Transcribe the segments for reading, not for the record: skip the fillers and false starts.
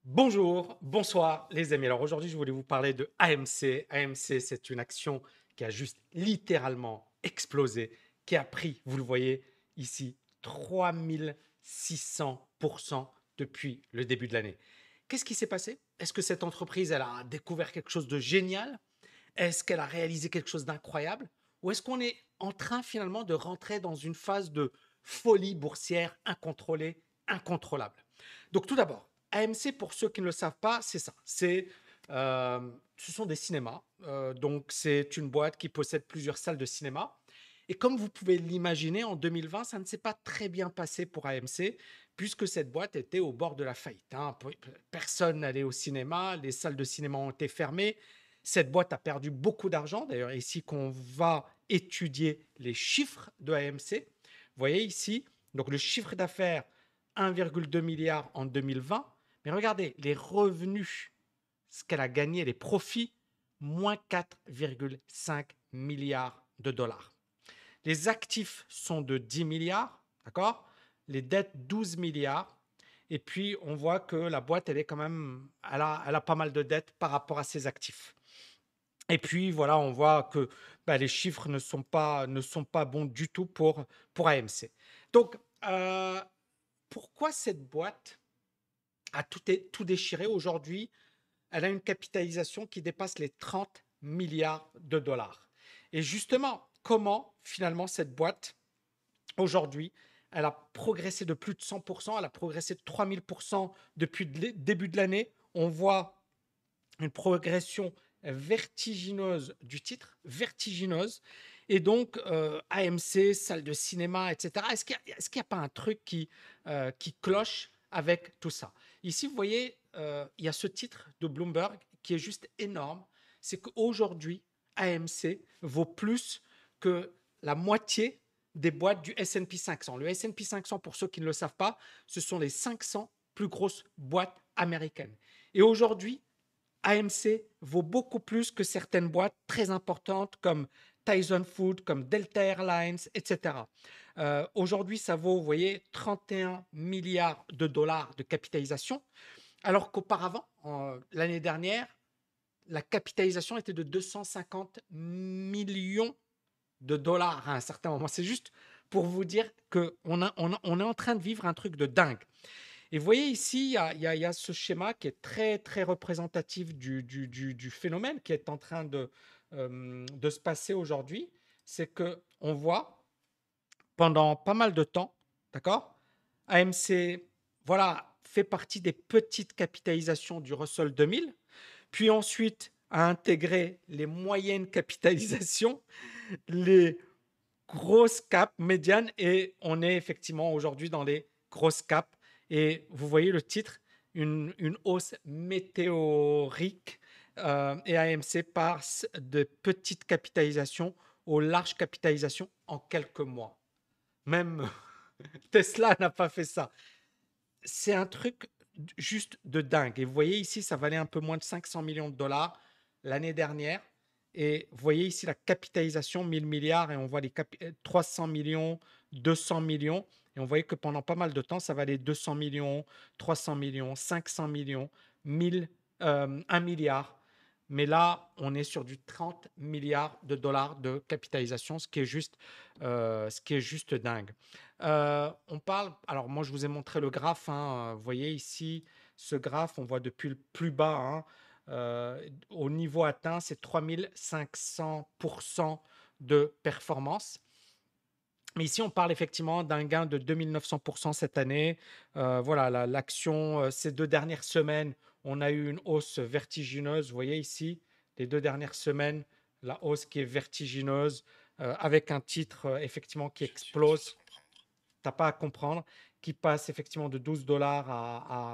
Bonjour, bonsoir les amis. Alors aujourd'hui, je voulais vous parler de AMC. AMC, c'est une action qui a juste littéralement explosé, qui a pris, vous le voyez ici, 3600% depuis le début de l'année. Qu'est-ce qui s'est passé? Est-ce que cette entreprise, elle a découvert quelque chose de génial? Est-ce qu'elle a réalisé quelque chose d'incroyable? Ou est-ce qu'on est en train finalement de rentrer dans une phase de folie boursière incontrôlée, incontrôlable? Donc tout d'abord, AMC, pour ceux qui ne le savent pas, c'est ça. Ce sont des cinémas. Donc c'est une boîte qui possède plusieurs salles de cinéma. Et comme vous pouvez l'imaginer, en 2020, ça ne s'est pas très bien passé pour AMC, puisque cette boîte était au bord de la faillite, hein. Personne n'allait au cinéma, les salles de cinéma ont été fermées, cette boîte a perdu beaucoup d'argent. D'ailleurs, ici qu'on va étudier les chiffres de AMC. Vous voyez ici, donc le chiffre d'affaires 1,2 milliard en 2020. Mais regardez, les revenus, ce qu'elle a gagné, les profits, moins 4,5 milliards de dollars. Les actifs sont de 10 milliards, d'accord? Les dettes, 12 milliards. Et puis, on voit que la boîte, elle est quand même, elle a pas mal de dettes par rapport à ses actifs. Et puis voilà, on voit que les chiffres ne sont pas bons du tout pour AMC. Donc, pourquoi cette boîte a tout déchiré aujourd'hui? Elle a une capitalisation qui dépasse les 30 milliards de dollars. Et justement, comment finalement cette boîte, aujourd'hui, elle a progressé de plus de 100%, elle a progressé de 3000% depuis le début de l'année. On voit une progression vertigineuse du titre, vertigineuse. Et donc, AMC, salle de cinéma, etc. Est-ce qu'il n'y a pas un truc qui cloche avec tout ça? Ici, vous voyez, il y a ce titre de Bloomberg qui est juste énorme. C'est qu'aujourd'hui, AMC vaut plus que la moitié des boîtes du S&P 500. Le S&P 500, pour ceux qui ne le savent pas, ce sont les 500 plus grosses boîtes américaines. Et aujourd'hui, AMC vaut beaucoup plus que certaines boîtes très importantes comme Tyson Food, comme Delta Airlines, etc. Aujourd'hui, ça vaut, vous voyez, 31 milliards de dollars de capitalisation, alors qu'auparavant, l'année dernière, la capitalisation était de 250 millions de dollars à un certain moment. C'est juste pour vous dire qu'on est en train de vivre un truc de dingue. Et vous voyez ici, il y a ce schéma qui est très, très représentatif du phénomène qui est en train de se passer aujourd'hui. C'est qu'on voit pendant pas mal de temps, d'accord, AMC, voilà, fait partie des petites capitalisations du Russell 2000, puis ensuite a intégré les moyennes capitalisations, les grosses caps médianes, et on est effectivement aujourd'hui dans les grosses caps. Et vous voyez le titre, une hausse météorique, et AMC passe de petites capitalisations aux larges capitalisations en quelques mois. Même Tesla n'a pas fait ça. C'est un truc juste de dingue. Et vous voyez ici, ça valait un peu moins de 500 millions de dollars l'année dernière. Et vous voyez ici la capitalisation, 1000 milliards, et on voit 300 millions, 200 millions. Et on voyait que pendant pas mal de temps, ça valait 200 millions, 300 millions, 500 millions, 1000, 1 milliard. Mais là, on est sur du 30 milliards de dollars de capitalisation, ce qui est juste dingue. On parle, alors moi je vous ai montré le graphe, hein, vous voyez ici, ce graphe, on voit depuis le plus bas, hein, au niveau atteint, c'est 3500% de performance. Mais ici, on parle effectivement d'un gain de 2900% cette année. Voilà, l'action, ces 2 dernières semaines, on a eu une hausse vertigineuse. Vous voyez ici, les 2 dernières semaines, la hausse qui est vertigineuse, avec un titre effectivement qui explose. T'as pas à comprendre, qui passe effectivement de 12 dollars à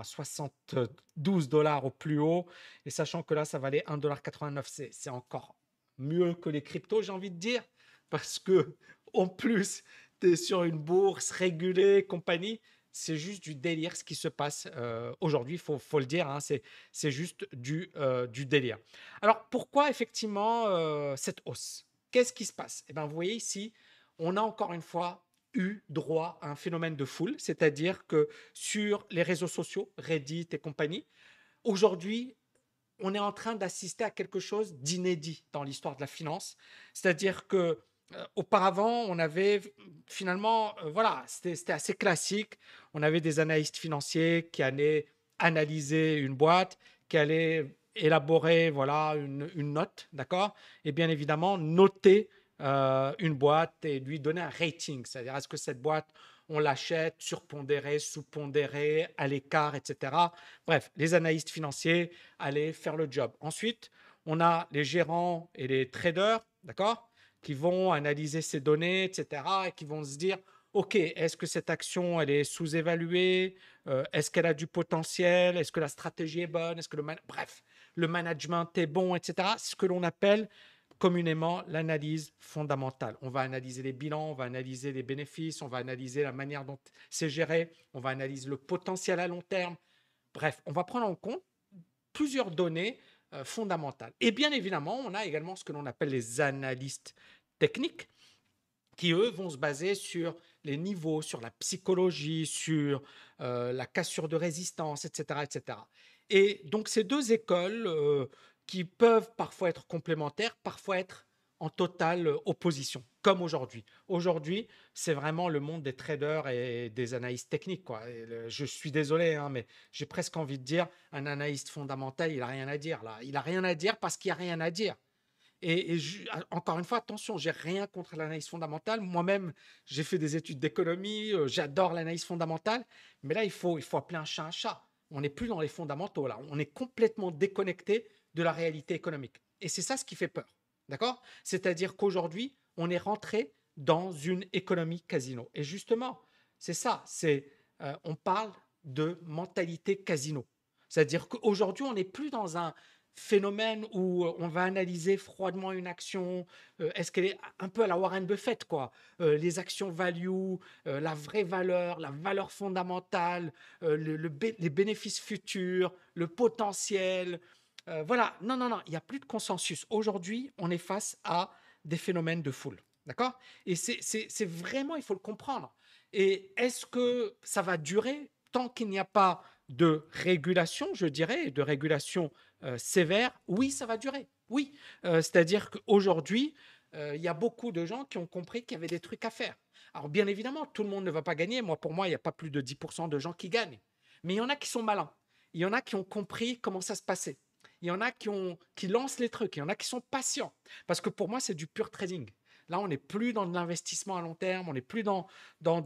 72 dollars au plus haut. Et sachant que là, ça valait 1,89 $, c'est encore mieux que les cryptos, j'ai envie de dire, parce que en plus, tu es sur une bourse régulée, compagnie. C'est juste du délire ce qui se passe aujourd'hui, faut le dire, hein, c'est juste du délire. Alors, pourquoi effectivement cette hausse? Qu'est-ce qui se passe? Eh bien, vous voyez ici, on a encore une fois eu droit à un phénomène de foule, c'est-à-dire que sur les réseaux sociaux, Reddit et compagnie, aujourd'hui, on est en train d'assister à quelque chose d'inédit dans l'histoire de la finance. C'est-à-dire que auparavant, on avait finalement, voilà, c'était assez classique. On avait des analystes financiers qui allaient analyser une boîte, qui allaient élaborer voilà, une note, d'accord? Et bien évidemment, noter une boîte et lui donner un rating. C'est-à-dire, est-ce que cette boîte, on l'achète surpondérée, sous-pondérée, à l'écart, etc. Bref, les analystes financiers allaient faire le job. Ensuite, on a les gérants et les traders, d'accord, qui vont analyser ces données, etc., et qui vont se dire, OK, est-ce que cette action, elle est sous-évaluée? Est-ce qu'elle a du potentiel? Est-ce que la stratégie est bonne? Est-ce que bref, le management est bon, etc. C'est ce que l'on appelle communément l'analyse fondamentale. On va analyser les bilans, on va analyser les bénéfices, on va analyser la manière dont c'est géré, on va analyser le potentiel à long terme. Bref, on va prendre en compte plusieurs données fondamentales. Et bien évidemment, on a également ce que l'on appelle les analystes techniques qui, eux, vont se baser sur les niveaux, sur la psychologie, sur la cassure de résistance, etc., etc. Et donc, ces deux écoles qui peuvent parfois être complémentaires, parfois être en totale opposition, comme aujourd'hui. Aujourd'hui, c'est vraiment le monde des traders et des analystes techniques, quoi. Je suis désolé, hein, mais j'ai presque envie de dire, un analyste fondamental, il n'a rien à dire là. Il n'a rien à dire parce qu'il n'y a rien à dire. Encore une fois, attention, j'ai rien contre l'analyse fondamentale. Moi-même, j'ai fait des études d'économie, j'adore l'analyse fondamentale, mais là, il faut appeler un chat un chat. On n'est plus dans les fondamentaux, là. On est complètement déconnecté de la réalité économique. Et c'est ça ce qui fait peur. D'accord? C'est-à-dire qu'aujourd'hui, on est rentré dans une économie casino. Et justement, c'est ça, on parle de mentalité casino. C'est-à-dire qu'aujourd'hui, on n'est plus dans un phénomène où on va analyser froidement une action. Est-ce qu'elle est un peu à la Warren Buffett, quoi? Les actions value, la vraie valeur, la valeur fondamentale, les bénéfices futurs, le potentiel. Voilà, non, non, non, il n'y a plus de consensus. Aujourd'hui, on est face à des phénomènes de foule. D'accord? Et c'est vraiment, il faut le comprendre. Et est-ce que ça va durer tant qu'il n'y a pas de régulation, je dirais, de régulation sévère? Oui, ça va durer. Oui. C'est-à-dire qu'aujourd'hui, il y a beaucoup de gens qui ont compris qu'il y avait des trucs à faire. Alors, bien évidemment, tout le monde ne va pas gagner. Moi, pour moi, il n'y a pas plus de 10% de gens qui gagnent. Mais il y en a qui sont malins. Il y en a qui ont compris comment ça se passait. Il y en a qui lancent les trucs. Il y en a qui sont patients. Parce que pour moi, c'est du pur trading. Là, on n'est plus dans de l'investissement à long terme. On n'est plus dans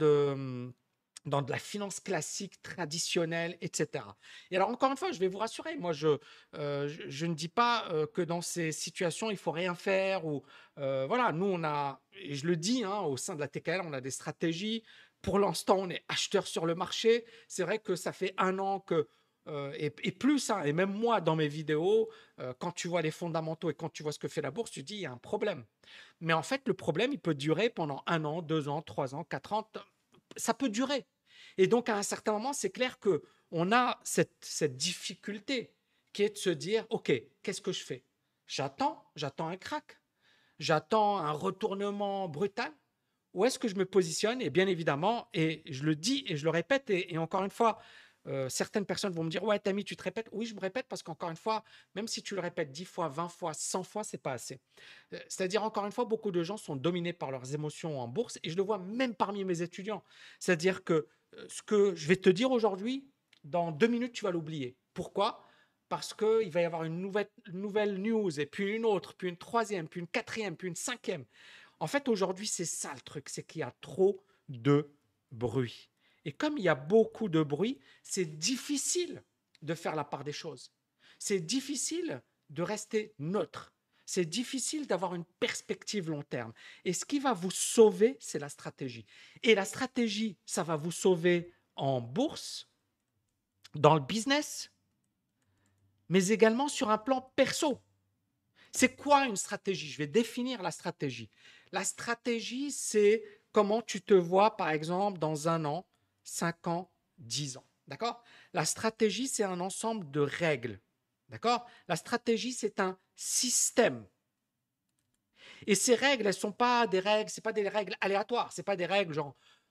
de la finance classique, traditionnelle, etc. Et alors, encore une fois, je vais vous rassurer, moi, je ne dis pas que dans ces situations, il faut rien faire. Voilà, nous, on a, et je le dis, hein, au sein de la TKL, on a des stratégies. Pour l'instant, on est acheteur sur le marché. C'est vrai que ça fait un an que, et plus, hein, et même moi, dans mes vidéos, quand tu vois les fondamentaux et quand tu vois ce que fait la bourse, tu dis, il y a un problème. Mais en fait, le problème, il peut durer pendant un an, 2 ans, 3 ans, 4 ans. Ça peut durer. Et donc, à un certain moment, c'est clair que on a cette difficulté qui est de se dire, OK, qu'est-ce que je fais? J'attends un crack, j'attends un retournement brutal, où est-ce que je me positionne? Et bien évidemment, et je le dis et je le répète, et encore une fois, certaines personnes vont me dire, ouais, Tammy, tu te répètes. Oui, je me répète parce qu'encore une fois, même si tu le répètes 10 fois, 20 fois, 100 fois, c'est pas assez. C'est-à-dire, encore une fois, beaucoup de gens sont dominés par leurs émotions en bourse, et je le vois même parmi mes étudiants. C'est-à-dire que ce que je vais te dire aujourd'hui, dans 2 minutes, tu vas l'oublier. Pourquoi? Parce qu'il va y avoir une nouvelle news, et puis une autre, puis une troisième, puis une quatrième, puis une cinquième. En fait, aujourd'hui, c'est ça le truc, c'est qu'il y a trop de bruit. Et comme il y a beaucoup de bruit, c'est difficile de faire la part des choses. C'est difficile de rester neutre. C'est difficile d'avoir une perspective long terme. Et ce qui va vous sauver, c'est la stratégie. Et la stratégie, ça va vous sauver en bourse, dans le business, mais également sur un plan perso. C'est quoi une stratégie? Je vais définir la stratégie. La stratégie, c'est comment tu te vois, par exemple, dans un an, 5 ans, 10 ans. D'accord? La stratégie, c'est un ensemble de règles. D'accord? La stratégie, c'est un système. Et ces règles, elles sont pas des règles, c'est pas des règles aléatoires, c'est pas des règles genre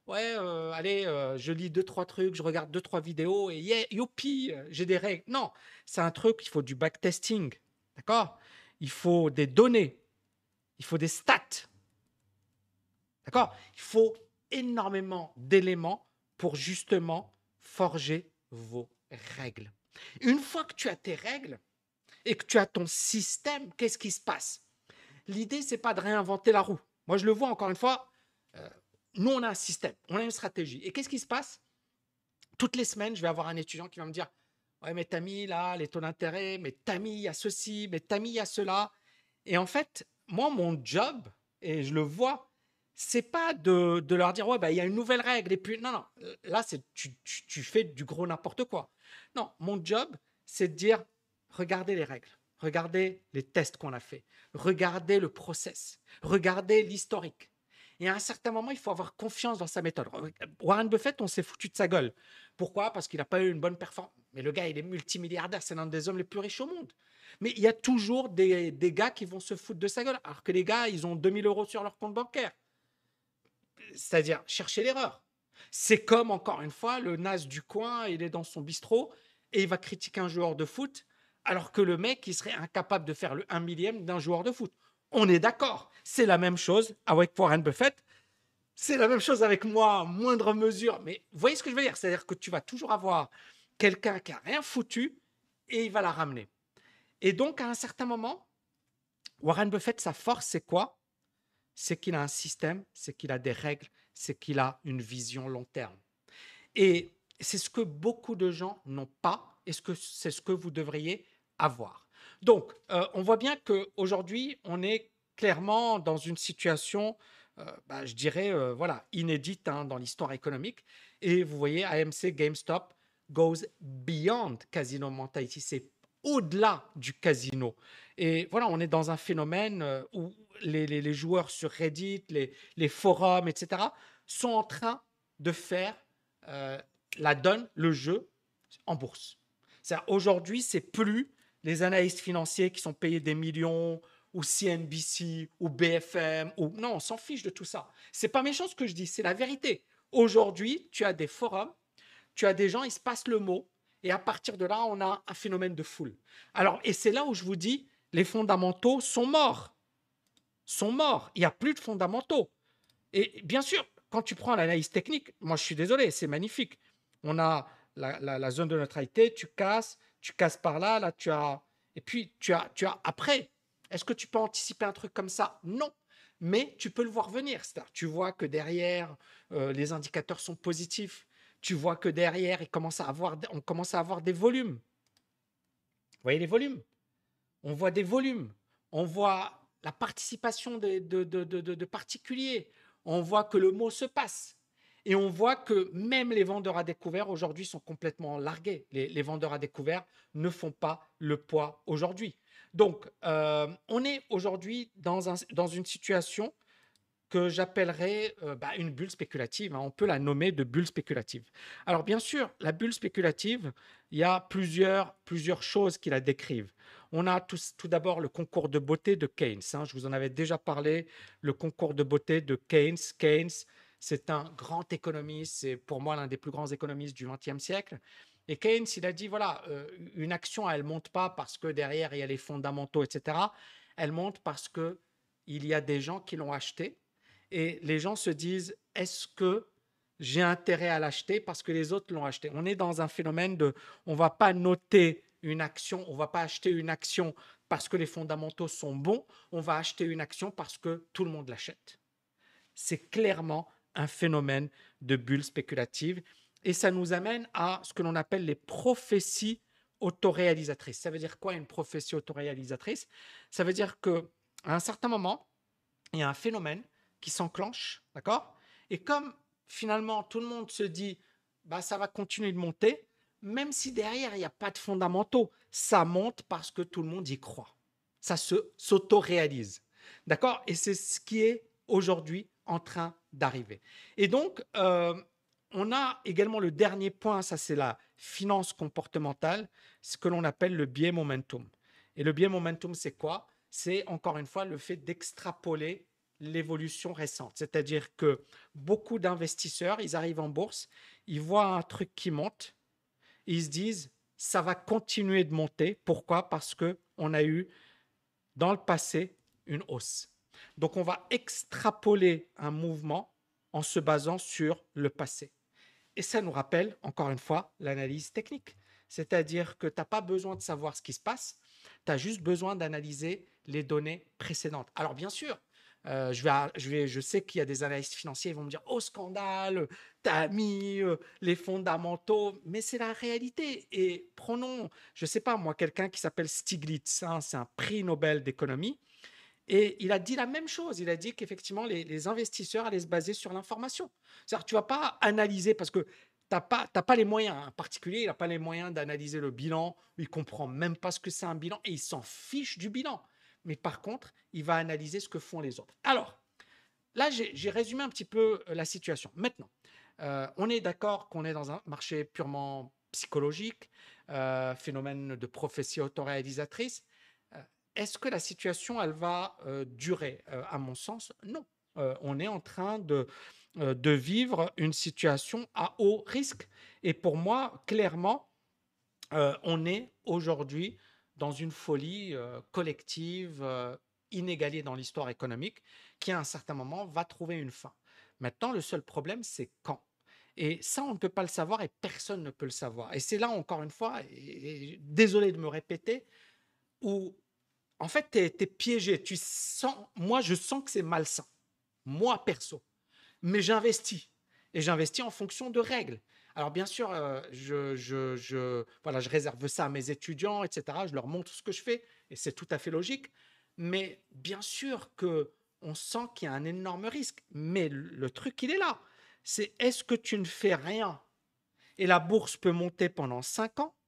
ouais, allez, je lis deux, trois trucs, je regarde deux, trois vidéos et yeah, youpi, j'ai des règles. Non, c'est un truc, il faut du backtesting, d'accord? Il faut des données, il faut des stats, d'accord? Il faut énormément d'éléments pour justement forger vos règles. Une fois que tu as tes règles et que tu as ton système, qu'est-ce qui se passe? L'idée, c'est pas de réinventer la roue. Moi, je le vois encore une fois. euh, Nous, on a un système, on a une stratégie. Et qu'est-ce qui se passe? Toutes les semaines, je vais avoir un étudiant qui va me dire: ouais, mais t'as mis là les taux d'intérêt, mais t'as mis il y a ceci, mais t'as mis il y a cela. Et en fait, moi, mon job, et je le vois, c'est pas de leur dire: ouais, bah, il y a une nouvelle règle. Et puis, non, non, là, c'est tu fais du gros n'importe quoi. Non, mon job, c'est de dire: regardez les règles, regardez les tests qu'on a fait, regardez le process, regardez l'historique. Et à un certain moment, il faut avoir confiance dans sa méthode. Warren Buffett, on s'est foutu de sa gueule. Pourquoi? Parce qu'il n'a pas eu une bonne performance. Mais le gars, il est multimilliardaire, c'est l'un des hommes les plus riches au monde. Mais il y a toujours des gars qui vont se foutre de sa gueule, alors que les gars, ils ont 2 000 € sur leur compte bancaire. C'est-à-dire, chercher l'erreur. C'est comme, encore une fois, le naze du coin, il est dans son bistrot et il va critiquer un joueur de foot, alors que le mec, il serait incapable de faire le 1 millième d'un joueur de foot. On est d'accord. C'est la même chose avec Warren Buffett. C'est la même chose avec moi, moindre mesure. Mais vous voyez ce que je veux dire? C'est-à-dire que tu vas toujours avoir quelqu'un qui a rien foutu et il va la ramener. Et donc, à un certain moment, Warren Buffett, sa force, c'est quoi? C'est qu'il a un système, c'est qu'il a des règles, c'est qu'il a une vision long terme. Et c'est ce que beaucoup de gens n'ont pas et c'est ce que vous devriez avoir. Donc, on voit bien qu'aujourd'hui, on est clairement dans une situation, je dirais, voilà, inédite hein, dans l'histoire économique. Et vous voyez, AMC, GameStop goes beyond casino mentality. C'est au-delà du casino. Et voilà, on est dans un phénomène où les joueurs sur Reddit, les forums, etc., sont en train de faire euh, la donne, le jeu en bourse. Aujourd'hui, c'est plus les analystes financiers qui sont payés des millions ou CNBC ou BFM ou non, on s'en fiche de tout ça. C'est pas méchant ce que je dis, c'est la vérité. Aujourd'hui, tu as des forums, tu as des gens, ils se passent le mot et à partir de là, on a un phénomène de foule. Alors, et c'est là où je vous dis, les fondamentaux sont morts, sont morts. Il n'y a plus de fondamentaux. Et bien sûr, quand tu prends l'analyse technique, moi je suis désolé, c'est magnifique. On a la zone de neutralité, tu casses par là, là tu as. Et puis après, est-ce que tu peux anticiper un truc comme ça? Non. Mais tu peux le voir venir. C'est-à-dire, tu vois que derrière, les indicateurs sont positifs. Tu vois que derrière, on commence à avoir des volumes. Vous voyez les volumes? On voit des volumes, on voit la participation de particuliers, on voit que le mot se passe. Et on voit que même les vendeurs à découvert aujourd'hui sont complètement largués. Les vendeurs à découvert ne font pas le poids aujourd'hui. Donc, on est aujourd'hui dans une situation que j'appellerais une bulle spéculative, hein. On peut la nommer de bulle spéculative. Alors bien sûr, la bulle spéculative, il y a plusieurs choses qui la décrivent. On a tout d'abord le concours de beauté de Keynes, hein. Je vous en avais déjà parlé, le concours de beauté de Keynes. Keynes, c'est un grand économiste, c'est pour moi l'un des plus grands économistes du XXe siècle. Et Keynes, il a dit, voilà, une action, elle ne monte pas parce que derrière, il y a les fondamentaux, etc. Elle monte parce qu'il y a des gens qui l'ont achetée et les gens se disent, est-ce que j'ai intérêt à l'acheter parce que les autres l'ont acheté? On est dans un phénomène de, on ne va pas noter une action, on ne va pas acheter une action parce que les fondamentaux sont bons, on va acheter une action parce que tout le monde l'achète. C'est clairement un phénomène de bulle spéculative et ça nous amène à ce que l'on appelle les prophéties autoréalisatrices. Ça veut dire quoi une prophétie autoréalisatrice? Ça veut dire qu'à un certain moment, il y a un phénomène qui s'enclenche, d'accord? Et comme finalement tout le monde se dit, bah, ça va continuer de monter, même si derrière il n'y a pas de fondamentaux, ça monte parce que tout le monde y croit. Ça s'auto-réalise, d'accord? Et c'est ce qui est aujourd'hui en train d'arriver. Et donc, on a également le dernier point, ça c'est la finance comportementale, ce que l'on appelle le biais momentum. Et le biais momentum, c'est quoi? C'est encore une fois le fait d'extrapoler l'évolution récente. C'est-à-dire que beaucoup d'investisseurs, ils arrivent en bourse, ils voient un truc qui monte, ils se disent, ça va continuer de monter. Pourquoi? Parce qu'on a eu dans le passé une hausse. Donc on va extrapoler un mouvement en se basant sur le passé. Et ça nous rappelle, encore une fois, l'analyse technique. C'est-à-dire que tu n'as pas besoin de savoir ce qui se passe, tu as juste besoin d'analyser les données précédentes. Alors bien sûr, je sais qu'il y a des analystes financiers qui vont me dire, oh scandale, tu as mis les fondamentaux, mais c'est la réalité. Et prenons, je ne sais pas moi, quelqu'un qui s'appelle Stiglitz, hein, c'est un prix Nobel d'économie, et il a dit la même chose. Il a dit qu'effectivement, les investisseurs allaient se baser sur l'information. C'est-à-dire que tu ne vas pas analyser parce que tu n'as pas les moyens. Un particulier, il n'a pas les moyens d'analyser le bilan. Il ne comprend même pas ce que c'est un bilan et il s'en fiche du bilan. Mais par contre, il va analyser ce que font les autres. Alors, là, j'ai résumé un petit peu la situation. Maintenant, on est d'accord qu'on est dans un marché purement psychologique, phénomène de prophétie autoréalisatrice. Euh, Est-ce que la situation, elle va durer? À mon sens, non. On est en train de vivre une situation à haut risque. Et pour moi, clairement, on est aujourd'hui dans une folie collective, inégalée dans l'histoire économique, qui à un certain moment va trouver une fin. Maintenant, le seul problème, c'est quand. Et ça, on ne peut pas le savoir et personne ne peut le savoir. Et c'est là, encore une fois, et désolé de me répéter, où en fait, tu es piégé. Moi, je sens que c'est malsain. Moi, perso. Mais j'investis. Et j'investis en fonction de règles. Alors, bien sûr, voilà, je réserve ça à mes étudiants, etc. Je leur montre ce que je fais. Et c'est tout à fait logique. Mais bien sûr qu'on sent qu'il y a un énorme risque. Mais le truc, il est là. C'est est-ce que tu ne fais rien et la bourse peut monter pendant 5 ans?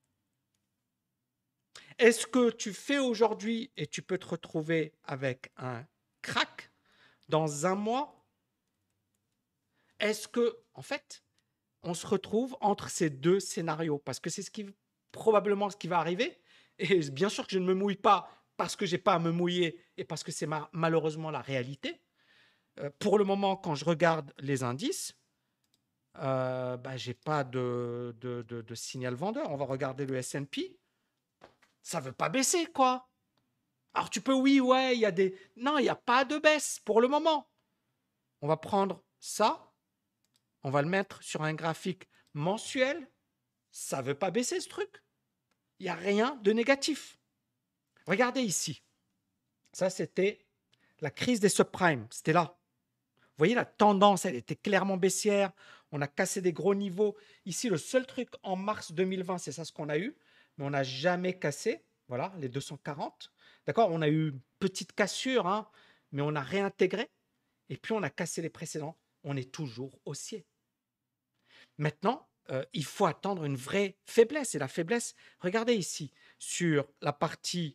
Est-ce que tu fais aujourd'hui et tu peux te retrouver avec un crack dans un mois? Est-ce que, en fait, on se retrouve entre ces deux scénarios? Parce que c'est probablement ce qui va arriver. Et bien sûr que je ne me mouille pas parce que j'ai pas à me mouiller et parce que c'est malheureusement la réalité. Pour le moment, quand je regarde les indices, bah, j'ai pas de signal vendeur. On va regarder le S&P. Ça veut pas baisser, quoi. Alors tu peux, oui, ouais, il y a des... Non, il n'y a pas de baisse pour le moment. On va prendre ça, on va le mettre sur un graphique mensuel. Ça ne veut pas baisser ce truc. Il n'y a rien de négatif. Regardez ici. Ça, c'était la crise des subprimes. C'était là. Vous voyez, la tendance, elle était clairement baissière. On a cassé des gros niveaux. Ici, le seul truc en mars 2020, c'est ça ce qu'on a eu. Mais on n'a jamais cassé. Voilà, les 240. D'accord? On a eu une petite cassure, hein, mais on a réintégré. Et puis, on a cassé les précédents. On est toujours haussier. Maintenant, il faut attendre une vraie faiblesse. Et la faiblesse, regardez ici, sur la partie...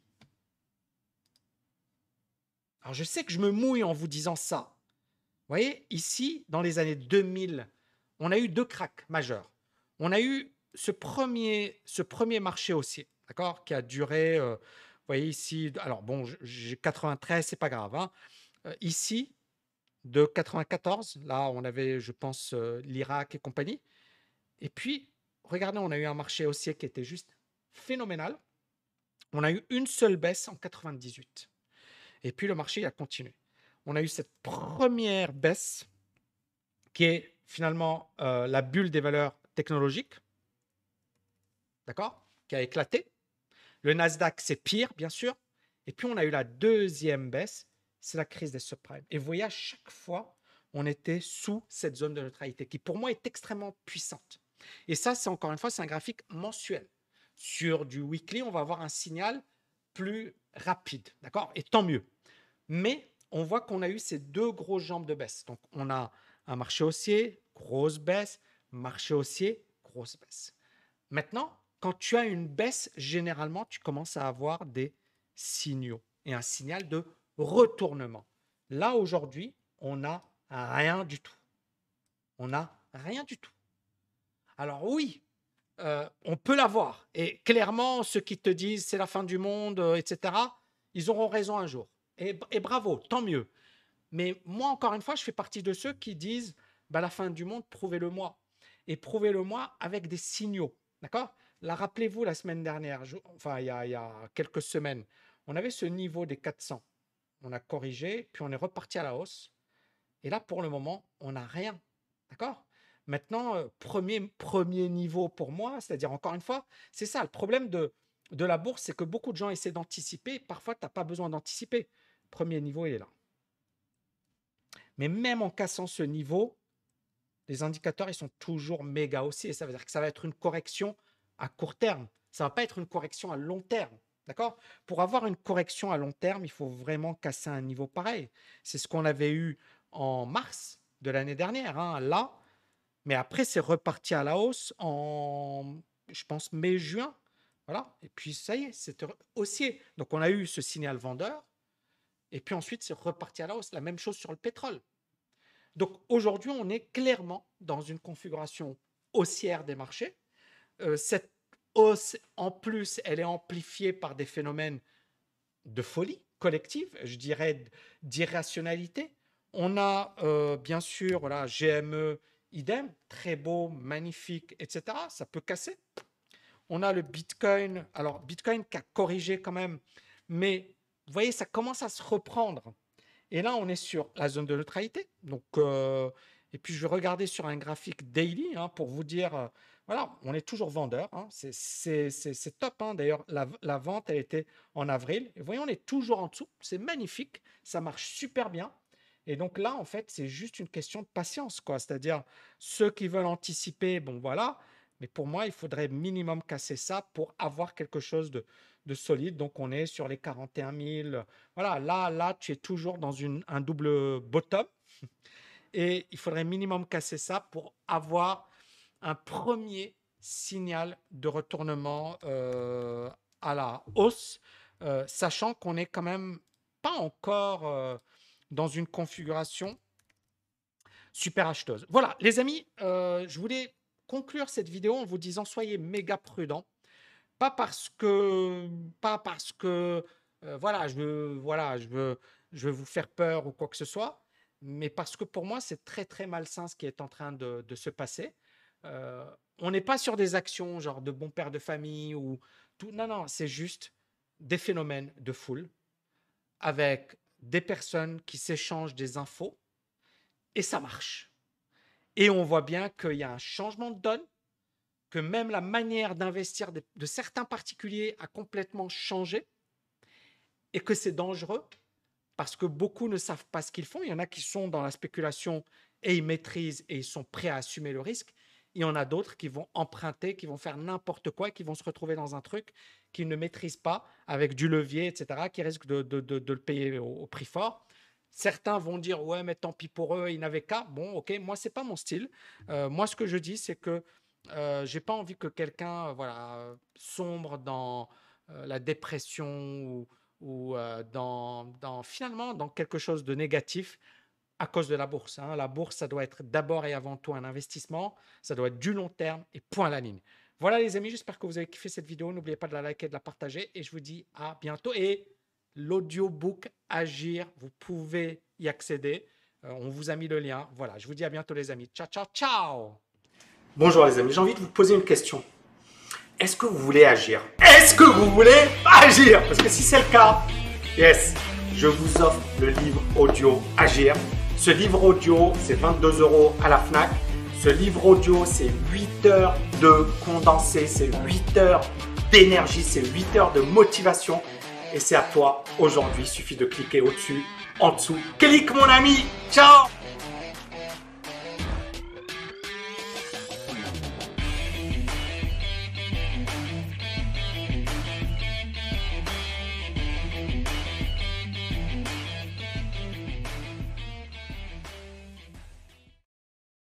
Alors, je sais que je me mouille en vous disant ça. Vous voyez, ici, dans les années 2000, on a eu deux cracks majeurs. On a eu ce premier marché haussier, d'accord, qui a duré, vous voyez ici, alors bon, j'ai 93, c'est pas grave, hein. Ici, de 94, là, on avait, je pense, l'Irak et compagnie. Et puis, regardez, on a eu un marché haussier qui était juste phénoménal. On a eu une seule baisse en 98. Et puis, le marché a continué. On a eu cette première baisse qui est finalement la bulle des valeurs technologiques, d'accord, qui a éclaté. Le Nasdaq, c'est pire, bien sûr. Et puis, on a eu la deuxième baisse, c'est la crise des subprimes. Et vous voyez, à chaque fois, on était sous cette zone de neutralité qui, pour moi, est extrêmement puissante. Et ça, c'est encore une fois, c'est un graphique mensuel. Sur du weekly, on va avoir un signal plus rapide, d'accord? Et tant mieux. Mais on voit qu'on a eu ces deux grosses jambes de baisse. Donc, on a un marché haussier, grosse baisse, marché haussier, grosse baisse. Maintenant, quand tu as une baisse, généralement, tu commences à avoir des signaux et un signal de retournement. Là, aujourd'hui, on n'a rien du tout. On n'a rien du tout. Alors oui, on peut l'avoir. Et clairement, ceux qui te disent c'est la fin du monde, etc., ils auront raison un jour. Et bravo, tant mieux. Mais moi, encore une fois, je fais partie de ceux qui disent, bah, la fin du monde, prouvez-le-moi. Et prouvez-le-moi avec des signaux. D'accord? Là, rappelez-vous, la semaine dernière, enfin, il y a quelques semaines, on avait ce niveau des 400. On a corrigé, puis on est reparti à la hausse. Et là, pour le moment, on n'a rien. D'accord? Maintenant, premier niveau pour moi, c'est-à-dire, encore une fois, c'est ça, le problème de la bourse, c'est que beaucoup de gens essaient d'anticiper. Parfois, tu n'as pas besoin d'anticiper. Premier niveau, il est là. Mais même en cassant ce niveau, les indicateurs, ils sont toujours méga haussiers. Ça veut dire que ça va être une correction à court terme. Ça ne va pas être une correction à long terme. D'accord? Pour avoir une correction à long terme, il faut vraiment casser un niveau pareil. C'est ce qu'on avait eu en mars de l'année dernière, hein, là. Mais après, c'est reparti à la hausse en, je pense, mai-juin. Voilà. Et puis, ça y est, c'est haussier. Donc, on a eu ce signal vendeur. Et puis ensuite, c'est reparti à la hausse. La même chose sur le pétrole. Donc, aujourd'hui, on est clairement dans une configuration haussière des marchés. Cette hausse, en plus, elle est amplifiée par des phénomènes de folie collective, je dirais d'irrationalité. On a bien sûr, voilà, GME, idem, très beau, magnifique, etc. Ça peut casser. On a le Bitcoin. Alors, Bitcoin qui a corrigé quand même, mais vous voyez, ça commence à se reprendre. Et là, on est sur la zone de neutralité. Donc, et puis, je vais regarder sur un graphique daily, hein, pour vous dire, voilà, on est toujours vendeur, hein, c'est top, hein. D'ailleurs, la vente, elle était en avril. Et vous voyez, on est toujours en dessous. C'est magnifique. Ça marche super bien. Et donc là, en fait, c'est juste une question de patience, quoi. C'est-à-dire, ceux qui veulent anticiper, bon, voilà. Mais pour moi, il faudrait minimum casser ça pour avoir quelque chose de solide. Donc, on est sur les 41 000. Voilà, là, tu es toujours dans un double bottom. Et il faudrait minimum casser ça pour avoir un premier signal de retournement à la hausse, sachant qu'on n'est quand même pas encore dans une configuration super acheteuse. Voilà, les amis, je voulais conclure cette vidéo en vous disant soyez méga prudents. Pas parce que voilà, je veux vous faire peur ou quoi que ce soit, mais parce que pour moi, c'est très, très malsain ce qui est en train de se passer. On n'est pas sur des actions genre de bon père de famille ou tout. Non, non, c'est juste des phénomènes de foule avec des personnes qui s'échangent des infos et ça marche. Et on voit bien qu'il y a un changement de donne, que même la manière d'investir de certains particuliers a complètement changé et que c'est dangereux parce que beaucoup ne savent pas ce qu'ils font. Il y en a qui sont dans la spéculation et ils maîtrisent et ils sont prêts à assumer le risque. Il y en a d'autres qui vont emprunter, qui vont faire n'importe quoi et qui vont se retrouver dans un truc qu'ils ne maîtrisent pas avec du levier, etc., qui risquent de le payer au prix fort. Certains vont dire « ouais, mais tant pis pour eux, ils n'avaient qu'à ». Bon, ok, moi, ce n'est pas mon style. Moi, ce que je dis, c'est que je n'ai pas envie que quelqu'un voilà, sombre dans la dépression ou finalement dans quelque chose de négatif à cause de la bourse. Hein. La bourse, ça doit être d'abord et avant tout un investissement. Ça doit être du long terme et point à la ligne. Voilà les amis, j'espère que vous avez kiffé cette vidéo. N'oubliez pas de la liker et de la partager. Et je vous dis à bientôt. Et l'audiobook Agir, vous pouvez y accéder. On vous a mis le lien. Voilà, je vous dis à bientôt les amis. Ciao, ciao, ciao. Bonjour les amis, j'ai envie de vous poser une question. Est-ce que vous voulez agir? Est-ce que vous voulez agir? Parce que si c'est le cas, yes, je vous offre le livre audio Agir. Ce livre audio, c'est 22 € à la FNAC. Ce livre audio, c'est 8 heures de condensé, c'est 8 heures d'énergie, c'est 8 heures de motivation. Et c'est à toi aujourd'hui, il suffit de cliquer au-dessus, en dessous. Clique mon ami, ciao!